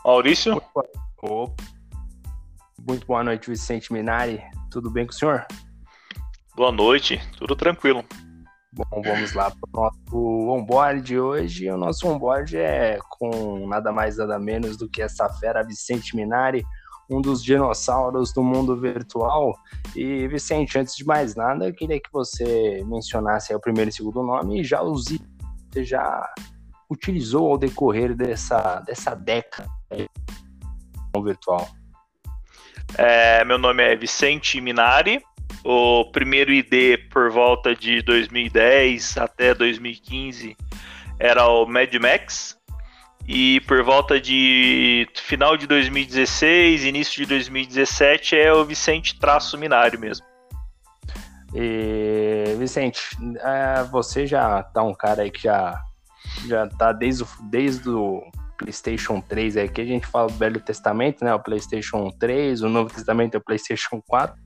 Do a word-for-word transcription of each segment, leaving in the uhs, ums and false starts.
Maurício? Opa. Muito boa noite, Vicente Minari. Tudo bem com o senhor? Boa noite, tudo tranquilo. Bom, vamos lá para o nosso onboard de hoje. O nosso onboard é com nada mais, nada menos do que essa fera Vicente Minari, um dos dinossauros do mundo virtual. E, Vicente, antes de mais nada, eu queria que você mencionasse aí o primeiro e segundo nome e já os você já utilizou ao decorrer dessa, dessa década virtual. É, meu nome é Vicente Minari. O primeiro I D por volta de dois mil e dez até dois mil e quinze era o Mad Max. E por volta de final de dois mil e dezesseis, início de dois mil e dezessete é o Vicente Traço Minari mesmo. E, Vicente, você já tá um cara aí que já, já tá desde o, desde o PlayStation três, aí que a gente fala do Velho Testamento, né? O PlayStation três, o Novo Testamento é o PlayStation quatro.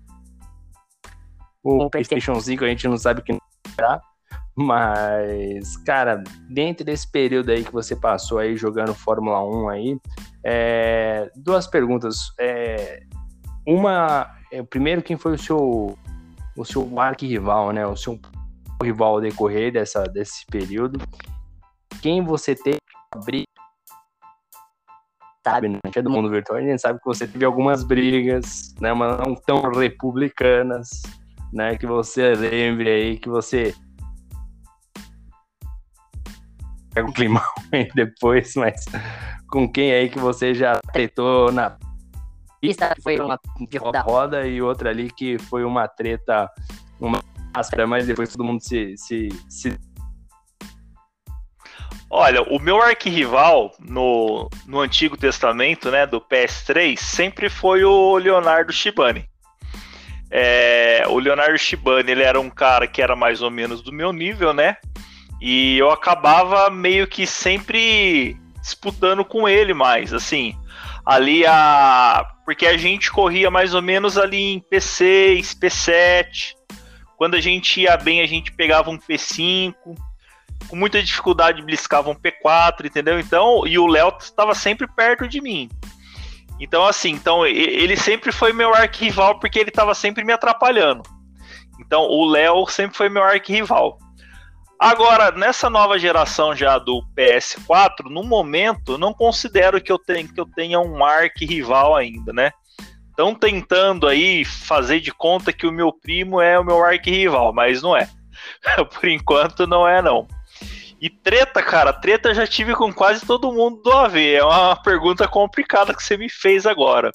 O PlayStation cinco a gente não sabe o que será, mas, cara, dentro desse período aí que você passou aí jogando Fórmula um aí, é, duas perguntas. É, uma, é, primeiro, quem foi o seu, o seu arquirrival, né? O seu rival ao decorrer dessa, desse período? Quem você teve que abrir? Sabe, né? É do mundo virtual, a gente sabe que você teve algumas brigas, né? Mas não tão republicanas, né, que você lembre aí, que você pega o climão aí depois, mas com quem aí que você já tretou na pista, que foi uma de roda, roda e outra ali que foi uma treta, uma áspera, mas depois todo mundo se, se, se... Olha, o meu arquirrival no, no Antigo Testamento, né, do P S três, sempre foi o Leonardo Shibani. É, o Leonardo Shibani, ele era um cara que era mais ou menos do meu nível, né? E eu acabava meio que sempre disputando com ele mais, assim. Ali a... Porque a gente corria mais ou menos ali em P seis, P sete. Quando a gente ia bem, a gente pegava um P cinco. Com muita dificuldade, bliscava um P quatro, entendeu? Então, e o Léo estava sempre perto de mim. Então, assim, então, ele sempre foi meu arquirrival porque ele estava sempre me atrapalhando. Então, o Léo sempre foi meu arquirrival. Agora, nessa nova geração já do P S quatro, no momento, não considero que eu, tenha, que eu tenha um arquirrival ainda, né? Estão tentando aí fazer de conta que o meu primo é o meu arquirrival, mas não é. Por enquanto, não é, não. E treta, cara, treta eu já tive com quase todo mundo do A V. É uma pergunta complicada que você me fez agora.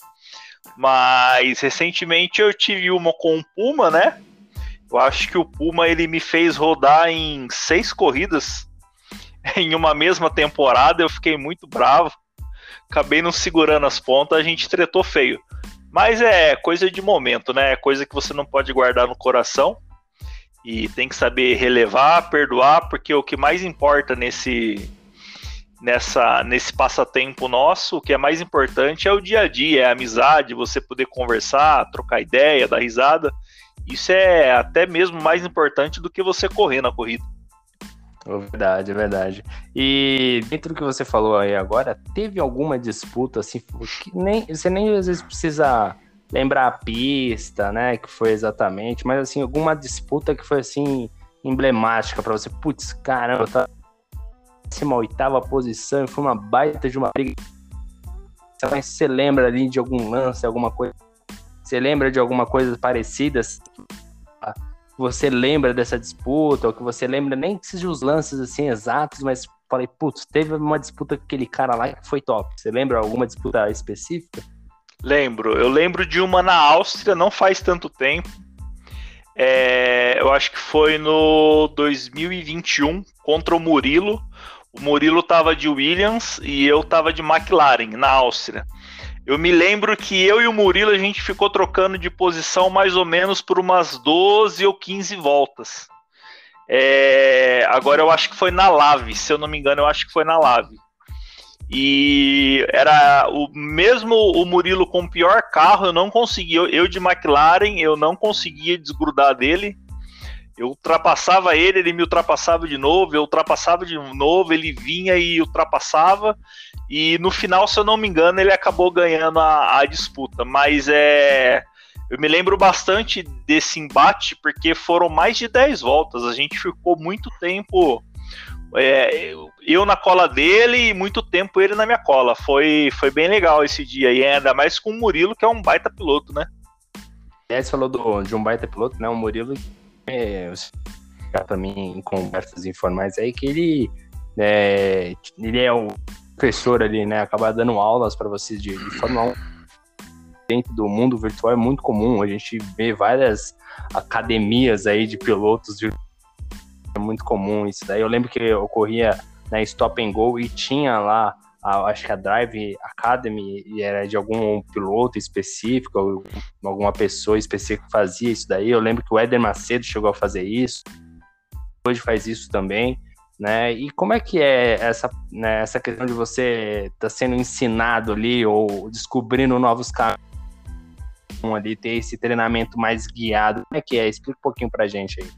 Mas recentemente eu tive uma com o Puma, né? Eu acho que o Puma ele me fez rodar em seis corridas em uma mesma temporada. Eu fiquei muito bravo. Acabei não segurando as pontas, a gente tretou feio. Mas é coisa de momento, né? É coisa que você não pode guardar no coração. E tem que saber relevar, perdoar, porque o que mais importa nesse, nessa, nesse passatempo nosso, o que é mais importante é o dia a dia, é a amizade, você poder conversar, trocar ideia, dar risada. Isso é até mesmo mais importante do que você correr na corrida. É verdade, é verdade. E dentro do que você falou aí agora, teve alguma disputa assim, que nem, você nem às vezes precisa lembrar a pista, né, que foi exatamente, mas assim, alguma disputa que foi assim, emblemática pra você, putz, caramba, eu tava na décima oitava posição e foi uma baita de uma briga. Você lembra ali de algum lance, alguma coisa? Você lembra de alguma coisa parecida? Você lembra dessa disputa, ou que você lembra, nem que sejam os lances assim exatos, mas falei, putz, teve uma disputa com aquele cara lá que foi top. Você lembra alguma disputa específica? Lembro, eu lembro de uma na Áustria, não faz tanto tempo. É, eu acho que foi no dois mil e vinte e um, contra o Murilo. O Murilo tava de Williams e eu tava de McLaren, na Áustria. Eu me lembro que eu e o Murilo, a gente ficou trocando de posição mais ou menos por umas doze ou quinze voltas. É, agora eu acho que foi na Lave, se eu não me engano, eu acho que foi na Lave. E era o mesmo o Murilo com o pior carro, eu não conseguia, eu, eu de McLaren, eu não conseguia desgrudar dele. Eu ultrapassava ele, ele me ultrapassava de novo, eu ultrapassava de novo, ele vinha e ultrapassava, e no final, se eu não me engano, ele acabou ganhando a, a disputa, mas é... eu me lembro bastante desse embate, porque foram mais de dez voltas, a gente ficou muito tempo, é, eu na cola dele e muito tempo ele na minha cola, foi, foi bem legal esse dia, e ainda mais com o Murilo, que é um baita piloto, né? É, você falou do, de um baita piloto, né? O Murilo, é, para mim, em conversas informais aí, que ele é, ele é o professor ali, né? Acaba dando aulas para vocês de, de Fórmula um. Dentro do mundo virtual é muito comum, a gente vê várias academias aí de pilotos virtuais, é muito comum isso daí. Eu lembro que ocorria na Stop and Go e tinha lá, a, acho que a Drive Academy, e era de algum piloto específico, ou alguma pessoa específica que fazia isso daí. Eu lembro que o Éder Macedo chegou a fazer isso, hoje faz isso também, né? E como é que é essa, né, essa questão de você estar tá sendo ensinado ali ou descobrindo novos caminhos ali, ter esse treinamento mais guiado? Como é que é? Explica um pouquinho pra gente aí.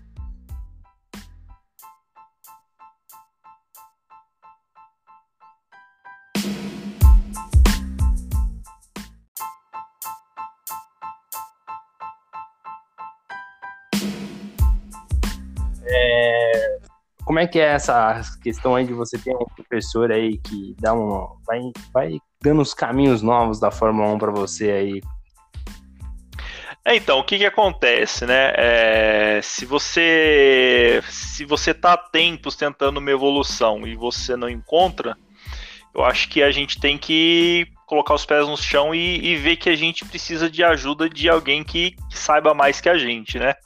É, como é que é essa questão aí de você ter um professor aí que dá um, vai, vai dando os caminhos novos da Fórmula um para você aí? É, então, o que que acontece, né? É, se você se você tá há tempos tentando uma evolução e você não encontra, eu acho que a gente tem que colocar os pés no chão e, e ver que a gente precisa de ajuda de alguém que, que saiba mais que a gente, né?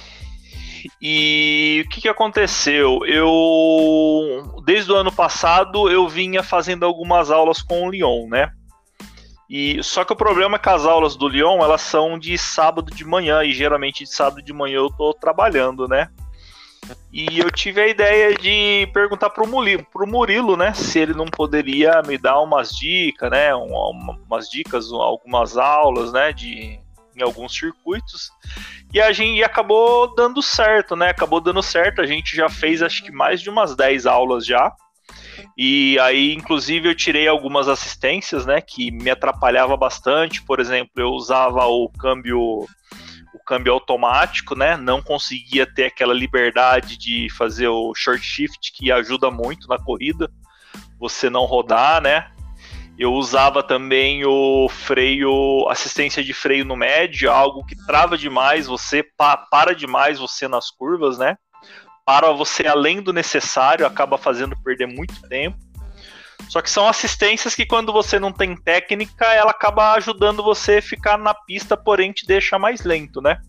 E o que que aconteceu? Eu, desde o ano passado, eu vinha fazendo algumas aulas com o Leon, né? E, só que o problema é que as aulas do Leon, elas são de sábado de manhã, e geralmente de sábado de manhã eu tô trabalhando, né? E eu tive a ideia de perguntar pro Murilo, pro Murilo, né, se ele não poderia me dar umas dicas, né, uma, umas dicas, algumas aulas, né, de, em alguns circuitos. E a gente acabou dando certo, né, acabou dando certo, a gente já fez acho que mais de umas dez aulas já. E aí, inclusive, eu tirei algumas assistências, né, que me atrapalhava bastante. Por exemplo, eu usava o câmbio, o câmbio automático, né, não conseguia ter aquela liberdade de fazer o short shift, que ajuda muito na corrida, você não rodar, né. Eu usava também o freio, assistência de freio no médio, algo que trava demais, você pa- para demais você nas curvas, né. Para você além do necessário, acaba fazendo perder muito tempo. Só que são assistências que quando você não tem técnica, ela acaba ajudando você a ficar na pista, porém te deixa mais lento, né?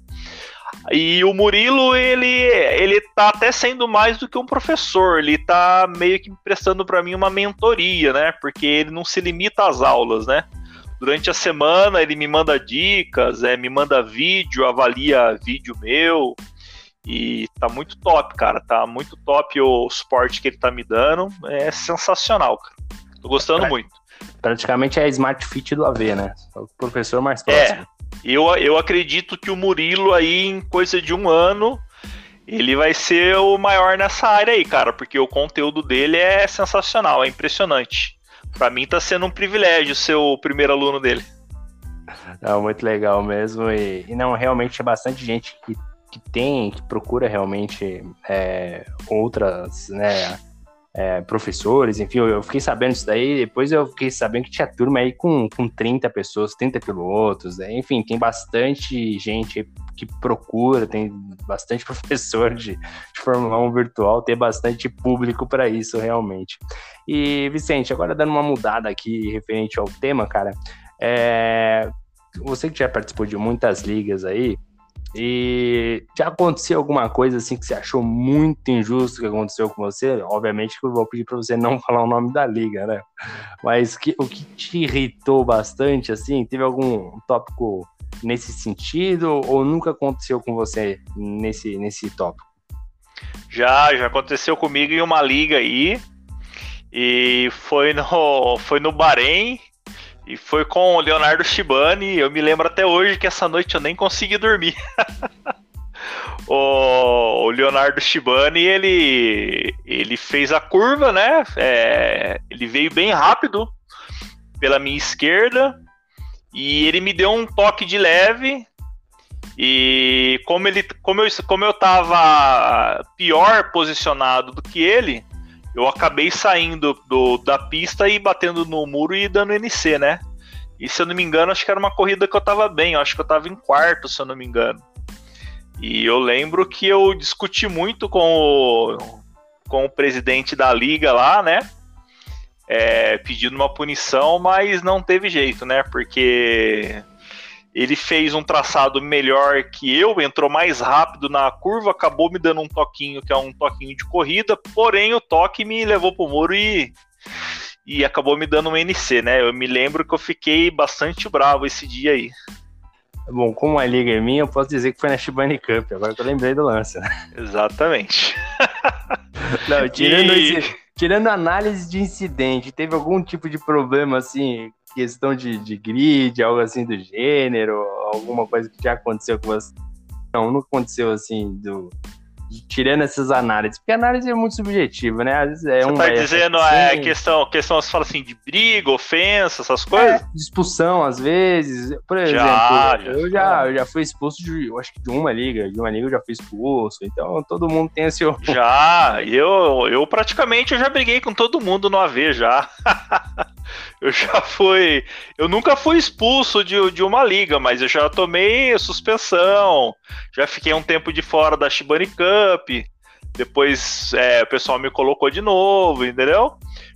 E o Murilo, ele, ele tá até sendo mais do que um professor, ele tá meio que prestando para mim uma mentoria, né? Porque ele não se limita às aulas, né? Durante a semana ele me manda dicas, é, me manda vídeo, avalia vídeo meu. E tá muito top, cara. Tá muito top o suporte que ele tá me dando. É sensacional, cara. Tô gostando pra, muito. Praticamente é a Smart Fit do A V, né? O professor mais próximo. É, eu, eu acredito que o Murilo aí, em coisa de um ano, ele vai ser o maior nessa área aí, cara. Porque o conteúdo dele é sensacional, é impressionante. Pra mim tá sendo um privilégio ser o primeiro aluno dele. Não, muito legal mesmo. E, e não, realmente é bastante gente que que tem, que procura realmente é, outras, né, é, professores, enfim, eu, eu fiquei sabendo disso daí, depois eu fiquei sabendo que tinha turma aí com, com trinta pessoas, trinta pilotos, né, enfim, tem bastante gente que procura, tem bastante professor de, de Fórmula um virtual, tem bastante público para isso, realmente. E, Vicente, agora dando uma mudada aqui referente ao tema, cara, é, você que já participou de muitas ligas aí, e já aconteceu alguma coisa assim que você achou muito injusto que aconteceu com você? Obviamente que eu vou pedir para você não falar o nome da liga, né? Mas que, o que te irritou bastante, assim, teve algum tópico nesse sentido ou nunca aconteceu com você nesse, nesse tópico? Já, já aconteceu comigo em uma liga aí, e foi no, foi no Bahrein, e foi com o Leonardo Shibani. Eu me lembro até hoje que essa noite eu nem consegui dormir. o, o Leonardo Shibani, ele, ele fez a curva, né? É, ele veio bem rápido pela minha esquerda e ele me deu um toque de leve. E como, ele, como, eu, como eu tava pior posicionado do que ele, eu acabei saindo do, da pista e batendo no muro e dando N C, né? E se eu não me engano, acho que era uma corrida que eu tava bem, eu acho que eu tava em quarto, se eu não me engano. E eu lembro que eu discuti muito com o, com o presidente da liga lá, né? É, pedindo uma punição, mas não teve jeito, né? Porque ele fez um traçado melhor que eu, entrou mais rápido na curva, acabou me dando um toquinho, que é um toquinho de corrida, porém o toque me levou pro muro e, e acabou me dando um N C, né? Eu me lembro que eu fiquei bastante bravo esse dia aí. Bom, como a liga é minha, eu posso dizer que foi na Shibani Cup, agora que eu lembrei do lance, né? Exatamente. Não, tirando, e... esse, tirando análise de incidente, teve algum tipo de problema, assim, questão de, de grid, algo assim do gênero, alguma coisa que já aconteceu com você? Não, não aconteceu assim, do, tirando essas análises, porque a análise é muito subjetiva, né? Às vezes é você um tá dizendo assim, é, questão, questão, você fala assim, de briga, ofensa, essas coisas? É, expulsão, às vezes, por exemplo, já, eu, já, já, eu já fui expulso de, eu acho que de uma liga, de uma liga eu já fui expulso, então todo mundo tem esse... Já, eu, eu praticamente eu já briguei com todo mundo no A V já. Eu já fui. Eu nunca fui expulso de, de uma liga, mas eu já tomei suspensão. Já fiquei um tempo de fora da Shibani Cup. Depois é, o pessoal me colocou de novo, entendeu?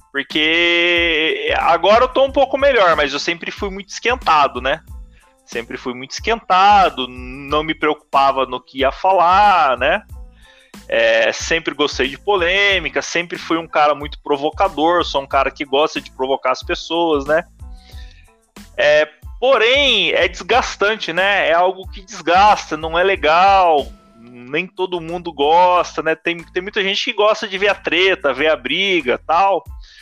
Porque agora eu tô um pouco melhor, mas eu sempre fui muito esquentado, né? Sempre fui muito esquentado, não me preocupava no que ia falar, né? É, sempre gostei de polêmica, sempre fui um cara muito provocador, sou um cara que gosta de provocar as pessoas, né? É, porém, é desgastante, né? É algo que desgasta, não é legal, nem todo mundo gosta, né? Tem, tem muita gente que gosta de ver a treta, ver a briga, tal,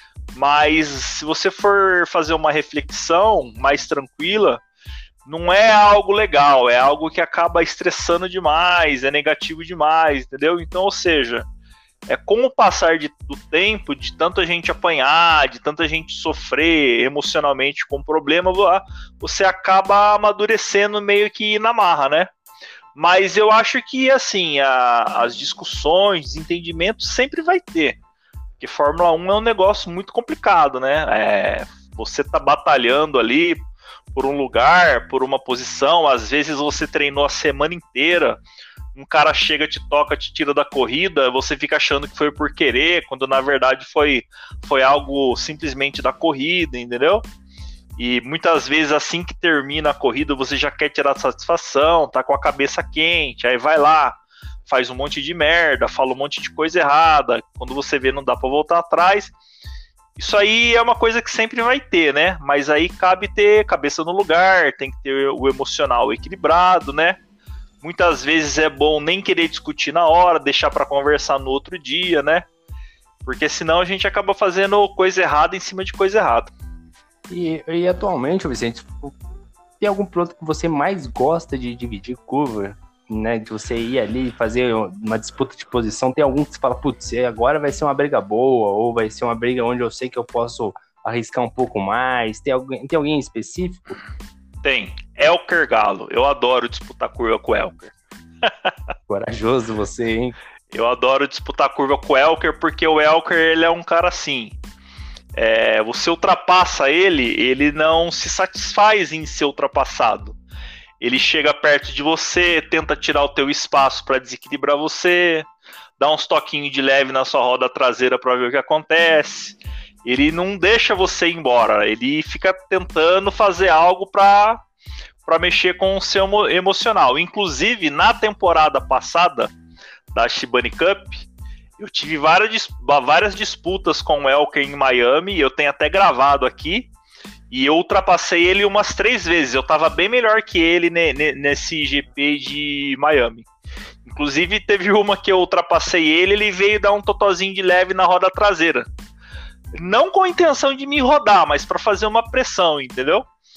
mas se você for fazer uma reflexão mais tranquila, não é algo legal, é algo que acaba estressando demais, é negativo demais, entendeu? Então, ou seja, é com o passar de, do tempo, de tanta gente apanhar, de tanta gente sofrer emocionalmente com problema, você acaba amadurecendo meio que na marra, né? Mas eu acho que, assim, a, as discussões, desentendimentos sempre vai ter, porque Fórmula um é um negócio muito complicado, né? É, você tá batalhando ali por um lugar, por uma posição, às vezes você treinou a semana inteira, um cara chega, te toca, te tira da corrida, você fica achando que foi por querer, quando na verdade foi, foi algo simplesmente da corrida, entendeu? E muitas vezes assim que termina a corrida, você já quer tirar satisfação, tá com a cabeça quente, aí vai lá, faz um monte de merda, fala um monte de coisa errada, quando você vê não dá pra voltar atrás. Isso aí é uma coisa que sempre vai ter, né? Mas aí cabe ter cabeça no lugar, tem que ter o emocional equilibrado, né? Muitas vezes é bom nem querer discutir na hora, deixar para conversar no outro dia, né? Porque senão a gente acaba fazendo coisa errada em cima de coisa errada. E, e atualmente, Vicente, tem algum piloto que você mais gosta de dividir curva? Né, de você ir ali fazer uma disputa de posição, tem algum que você fala, putz, agora vai ser uma briga boa, ou vai ser uma briga onde eu sei que eu posso arriscar um pouco mais, tem alguém, tem alguém específico? Tem, Elker Galo, eu adoro disputar curva com o Elker. Corajoso você, hein? Eu adoro disputar curva com o Elker, porque o Elker, ele é um cara assim, é, você ultrapassa ele, ele não se satisfaz em ser ultrapassado. Ele chega perto de você, tenta tirar o teu espaço para desequilibrar você, dá uns toquinhos de leve na sua roda traseira para ver o que acontece. Ele não deixa você ir embora, ele fica tentando fazer algo para para mexer com o seu emocional. Inclusive, na temporada passada da Shibani Cup, eu tive várias, várias disputas com o Elker em Miami, eu tenho até gravado aqui. E eu ultrapassei ele umas três vezes. Eu tava bem melhor que ele nesse G P de Miami. Inclusive, teve uma que eu ultrapassei ele, ele veio dar um totozinho de leve na roda traseira. Não com a intenção de me rodar, mas para fazer uma pressão, entendeu?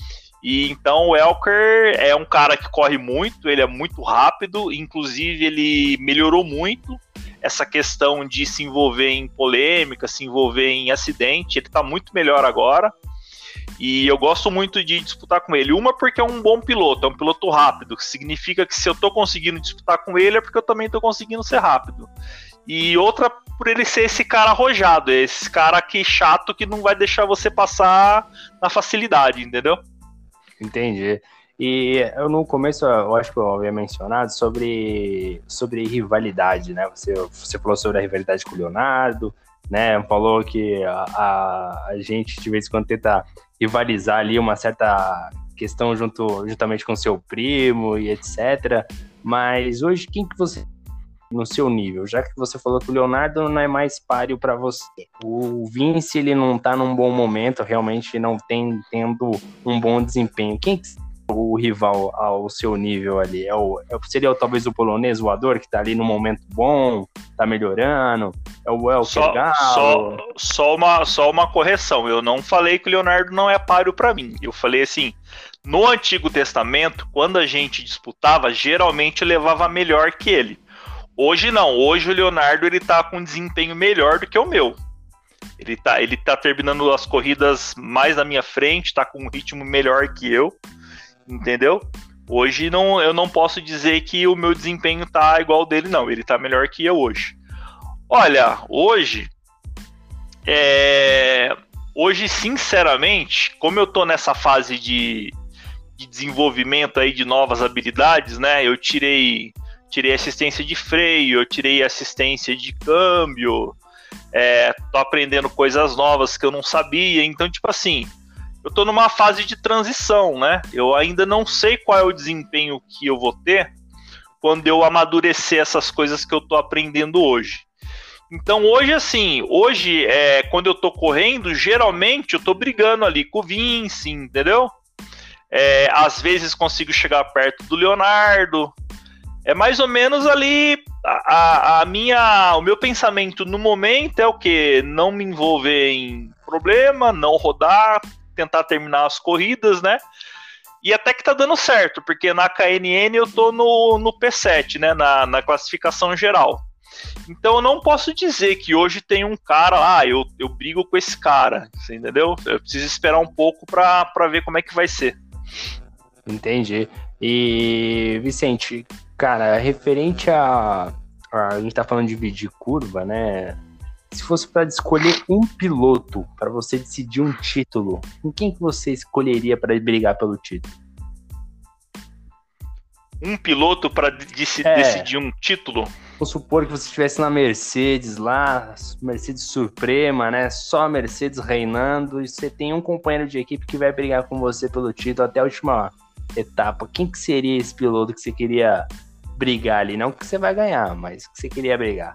E então o Elker é um cara que corre muito, ele é muito rápido, inclusive ele melhorou muito essa questão de se envolver em polêmica, se envolver em acidente, ele tá muito melhor agora. E eu gosto muito de disputar com ele. Uma, porque é um bom piloto, é um piloto rápido, que significa que se eu tô conseguindo disputar com ele é porque eu também tô conseguindo ser rápido. E outra, por ele ser esse cara arrojado, esse cara que chato que não vai deixar você passar na facilidade, entendeu? Entendi. E eu no começo, eu acho que eu havia mencionado sobre, sobre rivalidade, né? Você, você falou sobre a rivalidade com o Leonardo, né? Falou que a, a, a gente de vez em quando tenta rivalizar ali uma certa questão junto, juntamente com seu primo e etcétera. Mas hoje, quem que você no seu nível? Já que você falou que o Leonardo não é mais páreo para você. O Vince, ele não tá num bom momento, realmente não tem tendo um bom desempenho. Quem que o rival ao seu nível ali? É o, é, seria talvez o polonês voador, que tá ali no momento bom, tá melhorando? É o Elker só, só, só, uma, só uma correção, eu não falei que o Leonardo não é páreo para mim, eu falei assim, no Antigo Testamento, quando a gente disputava, geralmente levava melhor que ele. Hoje não, hoje o Leonardo ele tá com um desempenho melhor do que o meu. Ele tá, ele tá terminando as corridas mais na minha frente, tá com um ritmo melhor que eu. Entendeu? Hoje não, eu não posso dizer que o meu desempenho tá igual ao dele, não. Ele tá melhor que eu hoje. Olha, hoje, é, hoje, sinceramente, como eu tô nessa fase de, de desenvolvimento aí de novas habilidades, né? Eu tirei, tirei assistência de freio, eu tirei assistência de câmbio, é, tô aprendendo coisas novas que eu não sabia. Então, tipo assim, eu tô numa fase de transição, né? Eu ainda não sei qual é o desempenho que eu vou ter quando eu amadurecer essas coisas que eu tô aprendendo hoje. Então hoje, assim, hoje, é, quando eu tô correndo, geralmente eu tô brigando ali com o Vince, entendeu? É, às vezes consigo chegar perto do Leonardo. É mais ou menos ali a, a minha, o meu pensamento no momento é o quê? Não me envolver em problema, não rodar, tentar terminar as corridas, né? E até que tá dando certo, porque na K N N eu tô no, no P sete, né? Na, na classificação geral. Então eu não posso dizer que hoje tem um cara, ah, eu, eu brigo com esse cara, você entendeu? Eu preciso esperar um pouco pra, pra ver como é que vai ser. Entendi. E, Vicente, cara, referente a... a, a gente tá falando de dividir curva, né? Se fosse para escolher um piloto para você decidir um título, em quem que você escolheria para brigar pelo título? Um piloto para dec- é. decidir um título? Vamos supor que você estivesse na Mercedes lá, Mercedes Suprema, né? Só a Mercedes reinando, e você tem um companheiro de equipe que vai brigar com você pelo título até a última etapa. Quem que seria esse piloto que você queria brigar ali? Não que você vai ganhar, mas que você queria brigar.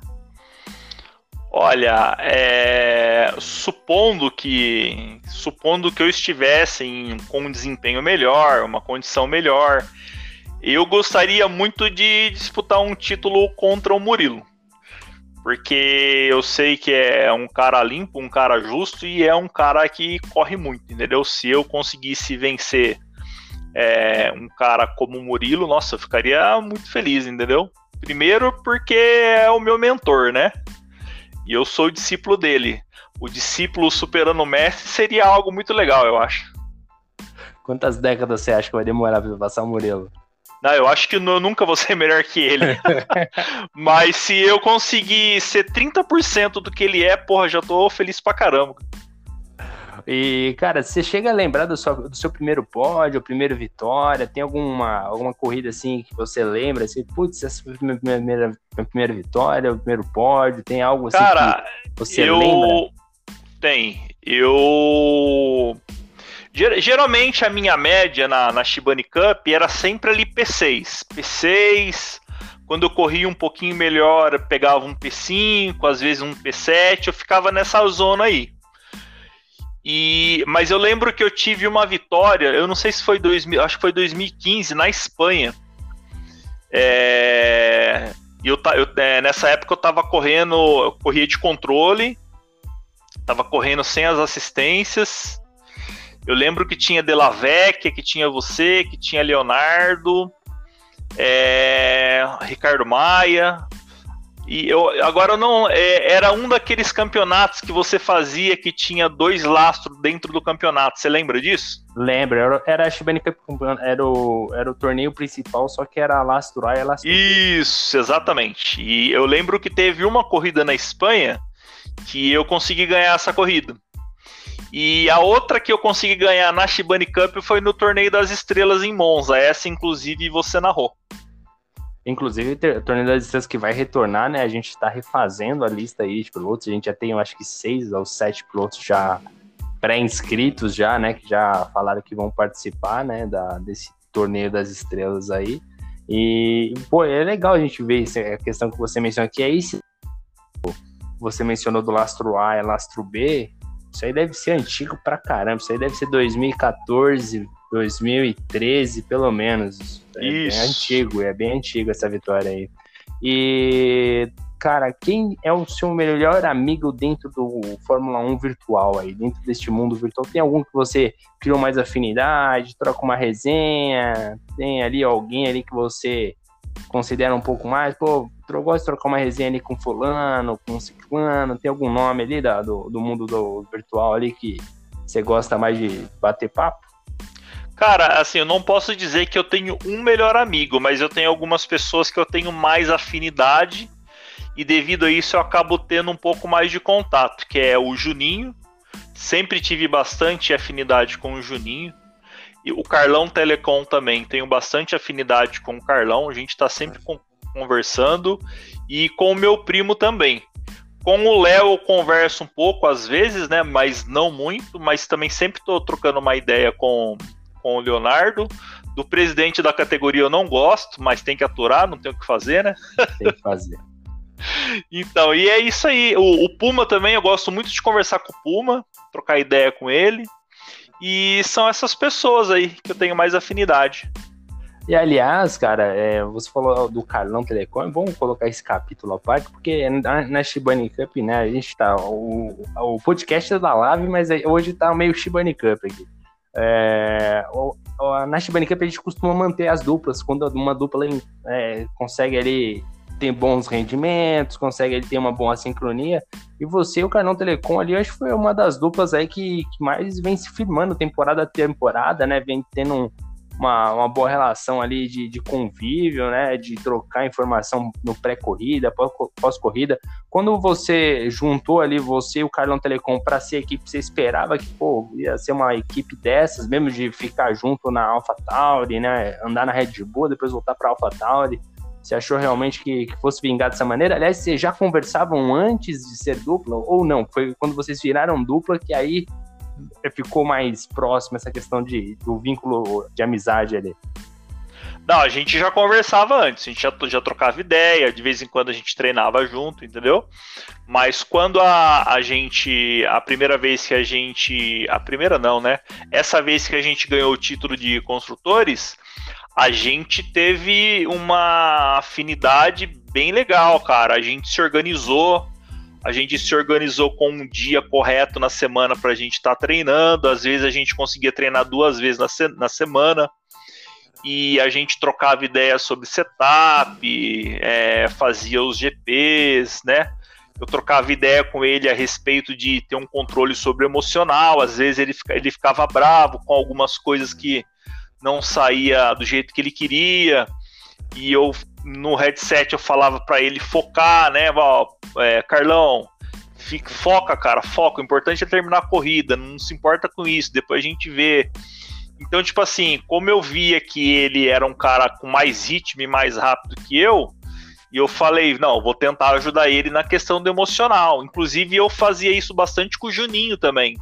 Olha, é, supondo que supondo que eu estivesse em, com um desempenho melhor, uma condição melhor, eu gostaria muito de disputar um título contra o Murilo, porque eu sei que é um cara limpo, um cara justo e é um cara que corre muito, entendeu? Se eu conseguisse vencer é, um cara como o Murilo, nossa, eu ficaria muito feliz, entendeu? Primeiro porque é o meu mentor, né? E eu sou o discípulo dele. O discípulo superando o mestre seria algo muito legal, eu acho. Quantas décadas você acha que vai demorar para passar o Murilo? Não, eu acho que eu nunca vou ser melhor que ele. Mas se eu conseguir ser trinta por cento do que ele é, porra, já tô feliz pra caramba. E, cara, você chega a lembrar do seu, do seu primeiro pódio, primeira vitória? Tem alguma, alguma corrida assim que você lembra? Assim, putz, essa foi a minha primeira, minha primeira vitória, o primeiro pódio? Tem algo assim cara, que você eu... lembra? Tem. Eu... Geralmente a minha média na, na Shibane Cup era sempre ali P seis. P seis, quando eu corria um pouquinho melhor, eu pegava um P cinco, às vezes um P sete, eu ficava nessa zona aí. E, mas eu lembro que eu tive uma vitória, eu não sei se foi dois mil, acho que foi dois mil e quinze, na Espanha. É, eu, eu, é, nessa época eu tava correndo, eu corria de controle, tava correndo sem as assistências, Eu lembro que tinha De La Vecchia, que tinha você, que tinha Leonardo, é, Ricardo Maia. E eu, agora eu não. É, era um daqueles campeonatos que você fazia que tinha dois lastros dentro do campeonato. Você lembra disso? Lembro, era, era a Shibane Cup, era o, era o torneio principal, só que era lastro A e lastro B. Isso, exatamente. E eu lembro que teve uma corrida na Espanha que eu consegui ganhar essa corrida. E a outra que eu consegui ganhar na Shibane Cup foi no Torneio das Estrelas em Monza. Essa, inclusive, você narrou. Inclusive, o Torneio das Estrelas que vai retornar, né? A gente está refazendo a lista aí de pilotos. A gente já tem, eu acho que, seis ou sete pilotos já pré-inscritos já, né? Que já falaram que vão participar, né? Da, desse Torneio das Estrelas aí. E, pô, é legal a gente ver isso, a questão que você mencionou aqui. É isso. Você mencionou do lastro A e lastro B. Isso aí deve ser antigo pra caramba. Isso aí deve ser dois mil e catorze, dois mil e treze, pelo menos. É Isso. bem antigo, é bem antigo essa vitória aí. E, cara, quem é o seu melhor amigo dentro do Fórmula um virtual aí? Dentro deste mundo virtual, tem algum que você criou mais afinidade, troca uma resenha? Tem ali alguém ali que você considera um pouco mais? Pô, eu gosto de trocar uma resenha ali com fulano, com ciclano. Tem algum nome ali da, do, do mundo do virtual ali que você gosta mais de bater papo? Cara, assim, eu não posso dizer que eu tenho um melhor amigo, mas eu tenho algumas pessoas que eu tenho mais afinidade e devido a isso eu acabo tendo um pouco mais de contato, que é o Juninho. Sempre tive bastante afinidade com o Juninho. E o Carlão Telecom também, tenho bastante afinidade com o Carlão, a gente está sempre conversando, e com o meu primo também. Com o Léo eu converso um pouco às vezes, né, mas não muito, mas também sempre estou trocando uma ideia com, com o Leonardo. Do presidente da categoria eu não gosto, mas tem que aturar, não tem o que fazer, né? Tem que fazer. Então, e é isso aí. O, o Puma também, eu gosto muito de conversar com o Puma, trocar ideia com ele. E são essas pessoas aí que eu tenho mais afinidade. E aliás, cara, é, você falou do Carlão Telecom, vamos colocar esse capítulo à parte, porque na, na Shibane Cup, né, a gente tá, o, o podcast é da Live, mas hoje tá meio Shibane Cup aqui. É, o, na Shibane Cup a gente costuma manter as duplas, quando uma dupla é, consegue ali ter bons rendimentos, consegue ele ter uma boa sincronia, e você e o Carlão Telecom ali, acho que foi uma das duplas aí que, que mais vem se firmando temporada a temporada, né, vem tendo um Uma, uma boa relação ali de, de convívio, né, de trocar informação no pré-corrida, pós-corrida. Quando você juntou ali você e o Carlão Telecom para ser equipe, você esperava que, pô, ia ser uma equipe dessas, mesmo de ficar junto na AlphaTauri, né, andar na Red Bull, depois voltar para AlphaTauri? Você achou realmente que, que fosse vingar dessa maneira? Aliás, vocês já conversavam antes de ser dupla ou não? Foi quando vocês viraram dupla que aí ficou mais próximo essa questão de, do vínculo de amizade ali? Não, a gente já conversava antes, a gente já, já trocava ideia, de vez em quando a gente treinava junto, entendeu? Mas quando a, a gente, a primeira vez que a gente, a primeira não, né? Essa vez que a gente ganhou o título de construtores, a gente teve uma afinidade bem legal, cara. A gente se organizou, A gente se organizou com um dia correto na semana para a gente estar tá treinando. Às vezes a gente conseguia treinar duas vezes na, se- na semana. E a gente trocava ideias sobre setup, é, fazia os G Ps, né? Eu trocava ideia com ele a respeito de ter um controle sobre o emocional. Às vezes ele, fica, ele ficava bravo com algumas coisas que não saía do jeito que ele queria. E eu, no headset, eu falava para ele focar, né? É, Carlão, fica, foca, cara, foca. O importante é terminar a corrida, não se importa com isso, depois a gente vê. Então, tipo assim, como eu via que ele era um cara com mais ritmo e mais rápido que eu, e eu falei, não, vou tentar ajudar ele na questão do emocional. Inclusive, eu fazia isso bastante com o Juninho também,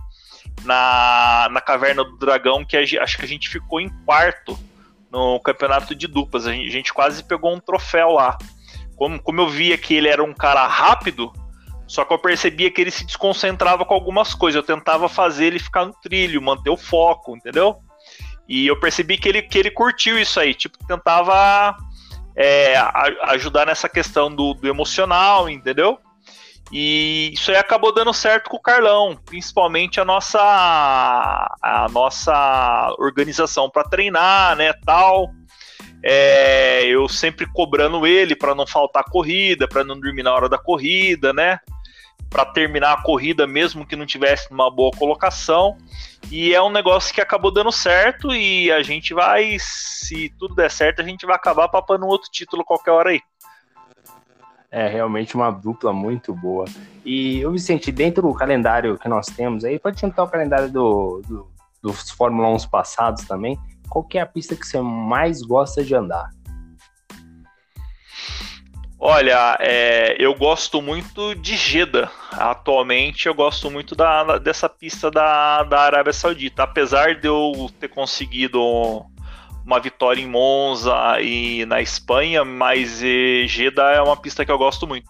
na, na Caverna do Dragão, que a, acho que a gente ficou em quarto no campeonato de duplas. A gente, a gente quase pegou um troféu lá. Como, como eu via que ele era um cara rápido, só que eu percebia que ele se desconcentrava com algumas coisas. Eu tentava fazer ele ficar no trilho, manter o foco, entendeu? E eu percebi que ele, que ele curtiu isso aí, tipo, tentava é, a, ajudar nessa questão do, do emocional, entendeu? E isso aí acabou dando certo com o Carlão, principalmente a nossa, a nossa organização para treinar, né, tal. É, eu sempre cobrando ele para não faltar corrida, para não dormir na hora da corrida, né, para terminar a corrida mesmo que não tivesse uma boa colocação. E é um negócio que acabou dando certo e a gente vai, se tudo der certo, a gente vai acabar papando outro título qualquer hora aí. É realmente uma dupla muito boa. E, ô Vicente, dentro do calendário que nós temos aí, pode tentar o calendário do, do, dos Fórmula um passados também, qual que é a pista que você mais gosta de andar? Olha, é, eu gosto muito de Jeddah. Atualmente eu gosto muito da, dessa pista da, da Arábia Saudita. Apesar de eu ter conseguido uma vitória em Monza e na Espanha, mas eh, Jeddah é uma pista que eu gosto muito.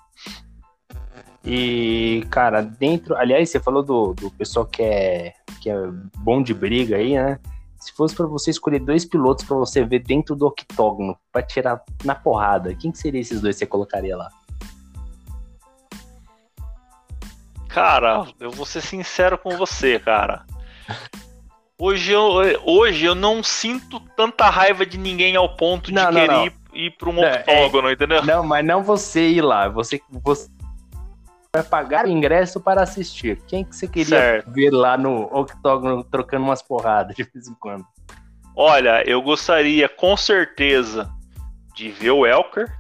E, cara, dentro... Aliás, você falou do, do pessoal que é, que é bom de briga aí, né? Se fosse para você escolher dois pilotos para você ver dentro do octógono, para tirar na porrada, quem que seria esses dois que você colocaria lá? Cara, eu vou ser sincero com você, cara. Hoje eu, hoje eu não sinto tanta raiva de ninguém ao ponto não, de não, querer não. ir, ir para um octógono, é, entendeu? Não, mas não você ir lá. Você, você vai pagar o ingresso para assistir. Quem que você queria certo. ver lá no octógono trocando umas porradas de vez em quando? Olha, eu gostaria com certeza de ver o Elker.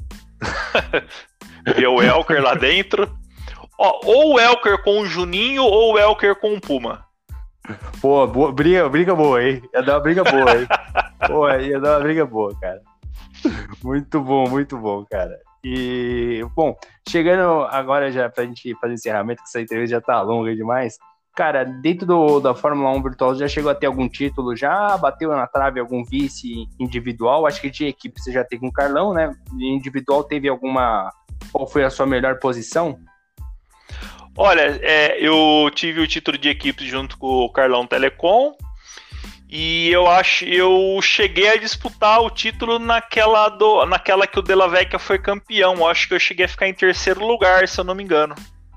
ver o Elker lá dentro. Ó, ou o Elker com o Juninho ou o Elker com o Puma. Pô, boa, briga, briga boa, hein? Ia dar uma briga boa, hein? Pô, ia dar uma briga boa, cara. Muito bom, muito bom, cara. E, bom, chegando agora já pra gente fazer encerramento, que essa entrevista já tá longa demais. Cara, dentro do, da Fórmula um virtual, já chegou a ter algum título? Já bateu na trave algum vice individual? Acho que de equipe você já teve com o Carlão, né? Individual teve alguma... Qual foi a sua melhor posição? Olha, é, eu tive o título de equipe junto com o Carlão Telecom e eu acho eu cheguei a disputar o título naquela, do, naquela que o Della Vecchia foi campeão. Eu acho que eu cheguei a ficar em terceiro lugar, se eu não me engano.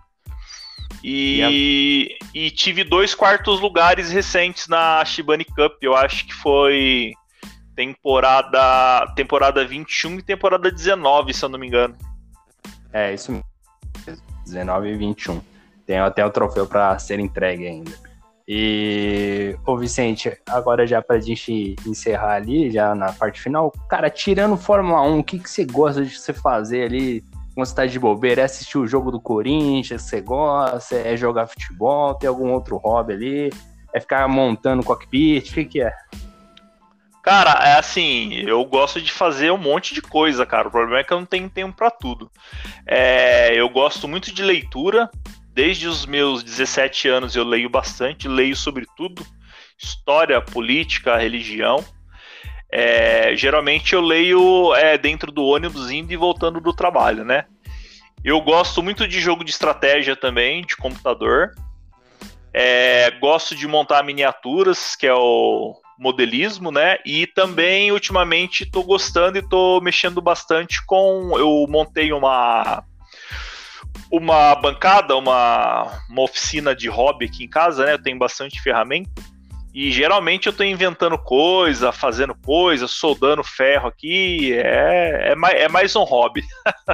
E, e tive dois quartos lugares recentes na Shibane Cup. Eu acho que foi temporada, temporada vinte e um e temporada dezenove, se eu não me engano. É, isso mesmo. dezenove e vinte e um. Tem até o troféu para ser entregue ainda. E, ô Vicente, agora já pra gente encerrar ali, já na parte final, cara, tirando Fórmula um, o que, que você gosta de você fazer ali quando você tá de bobeira? É assistir o jogo do Corinthians, você gosta? É jogar futebol? Tem algum outro hobby ali? É ficar montando cockpit? O que que é? Cara, é assim, eu gosto de fazer um monte de coisa, cara. O problema é que eu não tenho tempo pra tudo. É, eu gosto muito de leitura. Desde os meus dezessete anos eu leio bastante, leio sobre tudo. História, política, religião. É, geralmente eu leio é, dentro do ônibus indo e voltando do trabalho, né? Eu gosto muito de jogo de estratégia também, de computador. É, gosto de montar miniaturas, que é o modelismo, né? E também, ultimamente, estou gostando e estou mexendo bastante com... Eu montei uma... uma bancada, uma, uma oficina de hobby aqui em casa, né? Eu tenho bastante ferramenta. E geralmente eu tô inventando coisa, fazendo coisa, soldando ferro aqui. É, é, mais, é mais um hobby.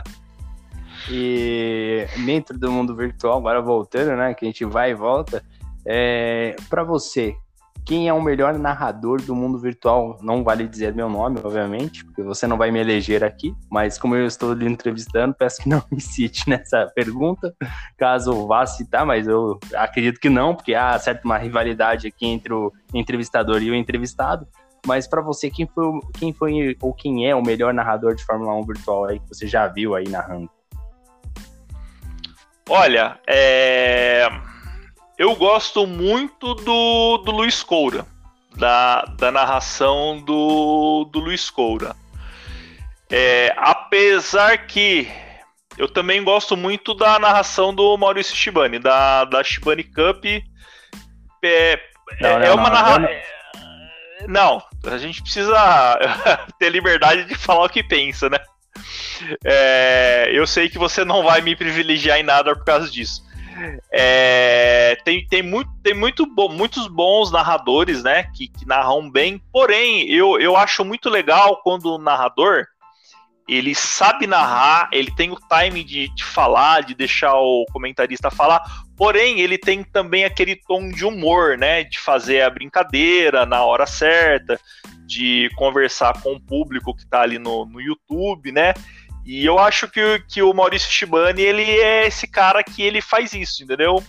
E dentro do mundo virtual, agora voltando, né? Que a gente vai e volta. É, para você, quem é o melhor narrador do mundo virtual? Não vale dizer meu nome, obviamente, porque você não vai me eleger aqui, mas como eu estou lhe entrevistando, peço que não me cite nessa pergunta, caso vá citar, mas eu acredito que não, porque há certa uma rivalidade aqui entre o entrevistador e o entrevistado. Mas para você, quem foi, quem foi ou quem é o melhor narrador de Fórmula um virtual aí que você já viu aí narrando? Olha, é... eu gosto muito do, do Luiz Coura, da, da narração do, do Luiz Coura. É, apesar que eu também gosto muito da narração do Maurício Shibane, da, da Shibane Cup. É, não, é, não, é uma narração... Não, a gente precisa ter liberdade de falar o que pensa, né? É, eu sei que você não vai me privilegiar em nada por causa disso. É, tem tem, muito, tem muito bo, muitos bons narradores, né, que, que narram bem, porém, eu, eu acho muito legal quando o narrador, ele sabe narrar, ele tem o time de, de falar, de deixar o comentarista falar, porém, ele tem também aquele tom de humor, né, de fazer a brincadeira na hora certa, de conversar com o público que tá ali no, no YouTube, né. E eu acho que, que o Maurício Shibani, ele é esse cara que ele faz isso, entendeu?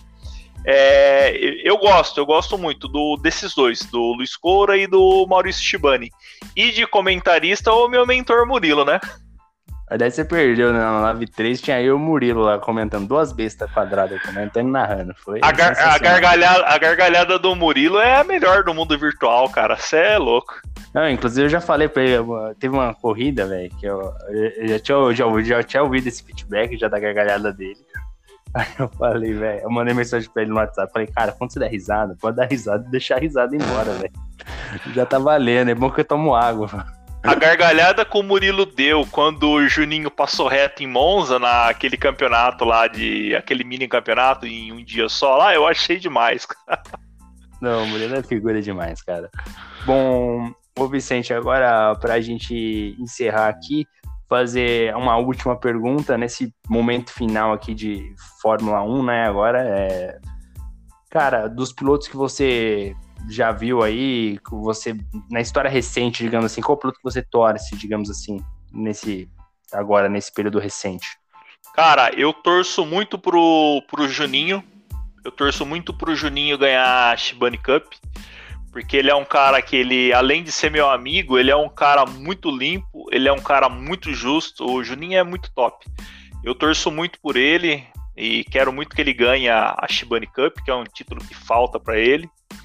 É, eu gosto, eu gosto muito do, desses dois, do Luiz Coura e do Maurício Shibani. E de comentarista, o meu mentor Murilo, né? Aliás, você perdeu, né? Na Live três tinha eu e o Murilo lá comentando, duas bestas quadradas comentando e narrando. Foi a, gar, a, gargalhada, a gargalhada do Murilo é a melhor do mundo virtual, cara. Você é louco. Não, inclusive eu já falei pra ele, teve uma corrida, velho, que eu, eu, já tinha, já, já tinha ouvido esse feedback já da gargalhada dele. Aí eu falei, velho, eu mandei mensagem pra ele no WhatsApp, falei, cara, quando você der risada, pode dar risada e deixar a risada embora, velho. Já tá valendo, é bom que eu tomo água. A gargalhada que o Murilo deu quando o Juninho passou reto em Monza, naquele campeonato lá, de aquele mini campeonato em um dia só lá, eu achei demais. Não, o Murilo é figura demais, cara. Bom, ô Vicente, agora pra gente encerrar aqui, fazer uma última pergunta nesse momento final aqui de Fórmula um, né? Agora é... Cara, dos pilotos que você já viu aí, que você, na história recente, digamos assim, qual piloto que você torce, digamos assim, nesse, agora, nesse período recente? Cara, eu torço muito pro, pro Juninho, eu torço muito pro Juninho ganhar a Shibani Cup, porque ele é um cara que, ele, além de ser meu amigo, ele é um cara muito limpo, ele é um cara muito justo, o Juninho é muito top. Eu torço muito por ele e quero muito que ele ganhe a Shibani Cup, que é um título que falta para ele.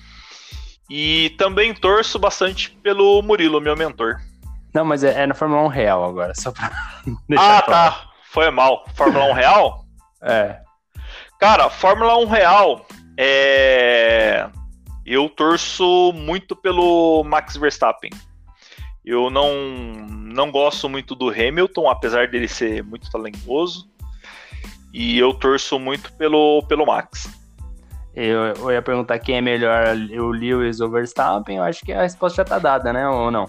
E também torço bastante pelo Murilo, meu mentor. Não, mas é, é na Fórmula um real agora, só pra deixar Ah, tá, foi mal. Fórmula um real? É. Cara, Fórmula um real, é... eu torço muito pelo Max Verstappen. Eu não, não gosto muito do Hamilton, apesar dele ser muito talentoso. E eu torço muito pelo, pelo Max. Eu, eu ia perguntar quem é melhor, o Lewis ou o Verstappen. Eu acho que a resposta já tá dada, né? Ou não?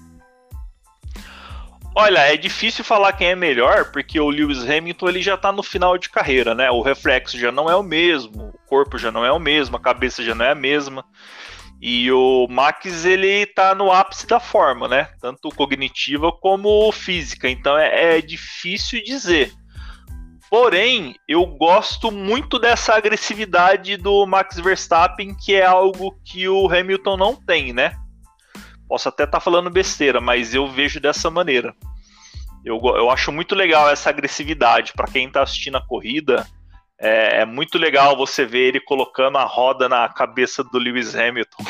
Olha, é difícil falar quem é melhor, porque o Lewis Hamilton ele já tá no final de carreira, né? O reflexo já não é o mesmo, o corpo já não é o mesmo, a cabeça já não é a mesma. E o Max, ele tá no ápice da forma, né? Tanto cognitiva como física. Então é, é difícil dizer. Porém, eu gosto muito dessa agressividade do Max Verstappen, que é algo que o Hamilton não tem, né? Posso até estar tá falando besteira, mas eu vejo dessa maneira. Eu, eu acho muito legal essa agressividade. Para quem está assistindo a corrida, é, é muito legal você ver ele colocando a roda na cabeça do Lewis Hamilton.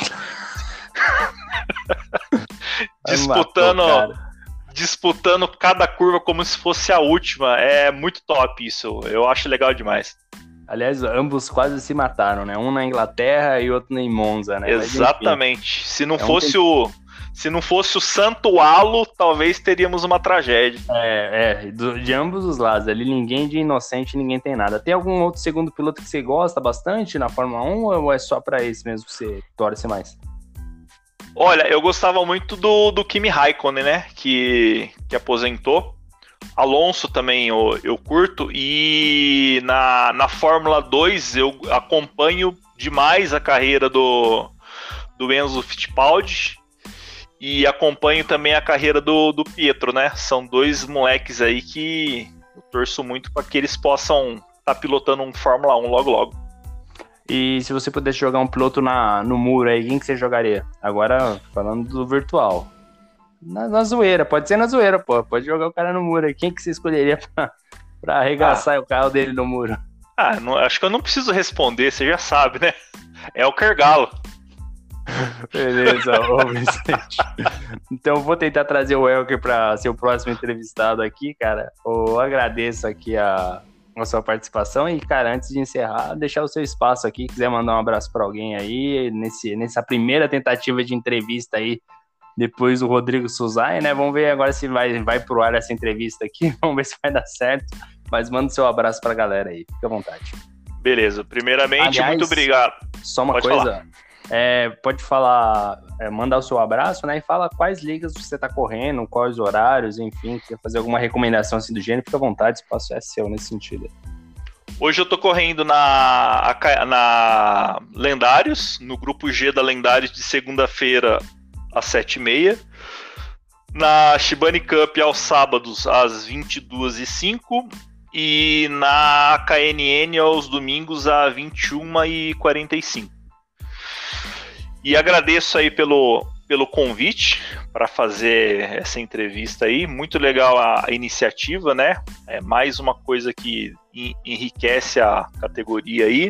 disputando, matou, disputando cada curva como se fosse a última. É muito top isso. Eu acho legal demais. Aliás, ambos quase se mataram, né? Um na Inglaterra e outro em Monza, né? Exatamente. Mas, se não é fosse um... o se não fosse o Santo Halo, talvez teríamos uma tragédia. É, é, do, de ambos os lados. Ali ninguém de inocente, ninguém tem nada. Tem algum outro segundo piloto que você gosta bastante na Fórmula um ou é só pra esse mesmo que você torce mais? Olha, eu gostava muito do, do Kimi Raikkonen, né? Que, que aposentou. Alonso também eu, eu curto. E na, na Fórmula dois eu acompanho demais a carreira do, do Enzo Fittipaldi. E acompanho também a carreira do, do Pietro, né? São dois moleques aí que eu torço muito para que eles possam estar tá pilotando um Fórmula um logo logo. E se você pudesse jogar um piloto na, no muro aí, quem que você jogaria? Agora, falando do virtual. Na, na zoeira, pode ser na zoeira, pô. Pode jogar o cara no muro aí. Quem que você escolheria pra, pra arregaçar ah. o carro dele no muro? Ah, não, acho que eu não preciso responder, você já sabe, né? É o Kergalo. Beleza, ô Vicente. Então vou tentar trazer o Elker para ser o próximo entrevistado aqui, cara. Eu agradeço aqui a, a sua participação e, cara, antes de encerrar, deixar o seu espaço aqui, quiser mandar um abraço para alguém aí, nesse, nessa primeira tentativa de entrevista aí depois o Rodrigo Suzai, né? Vamos ver agora se vai, vai pro ar essa entrevista aqui, vamos ver se vai dar certo. Mas manda o seu abraço pra galera aí, fica à vontade. Beleza, primeiramente, Aliás, muito obrigado. Só uma pode coisa, falar. É, pode falar, é, mandar o seu abraço, né? E fala quais ligas você tá correndo, quais horários, enfim, quer fazer alguma recomendação assim do gênero, fica à vontade, o espaço é seu nesse sentido. Hoje eu tô correndo na, na Lendários, no grupo G da Lendários de segunda-feira às sete e meia. Na Shibane Cup aos sábados às vinte e duas e cinco. E na K N N aos domingos às vinte e uma e quarenta e cinco. E agradeço aí pelo, pelo convite para fazer essa entrevista aí. Muito legal a, a iniciativa, né? É mais uma coisa que enriquece a categoria aí.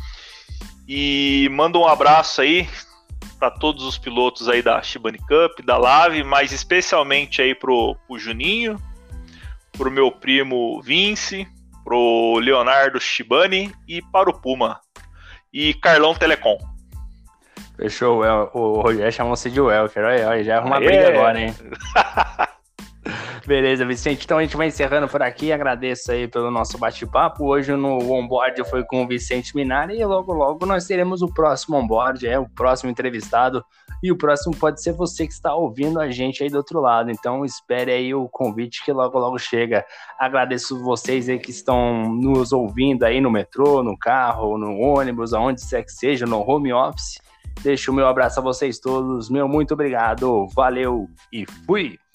E mando um abraço aí para todos os pilotos aí da Shibane Cup, da Lave, mas especialmente aí pro, pro Juninho, pro meu primo Vince, pro Leonardo Shibane e para o Puma. E Carlão Telecom. Fechou, o Rogério chamou você de Welker, olha, olha, já arruma uma briga agora, hein? Beleza, Vicente, então a gente vai encerrando por aqui, agradeço aí pelo nosso bate-papo, hoje no onboard foi com o Vicente Minari e logo logo nós teremos o próximo onboard, é o próximo entrevistado e o próximo pode ser você que está ouvindo a gente aí do outro lado, então espere aí o convite que logo logo chega. Agradeço vocês aí que estão nos ouvindo aí no metrô, no carro, no ônibus, aonde quer que seja, no home office. Deixo o meu abraço a vocês todos, meu muito obrigado, valeu e fui!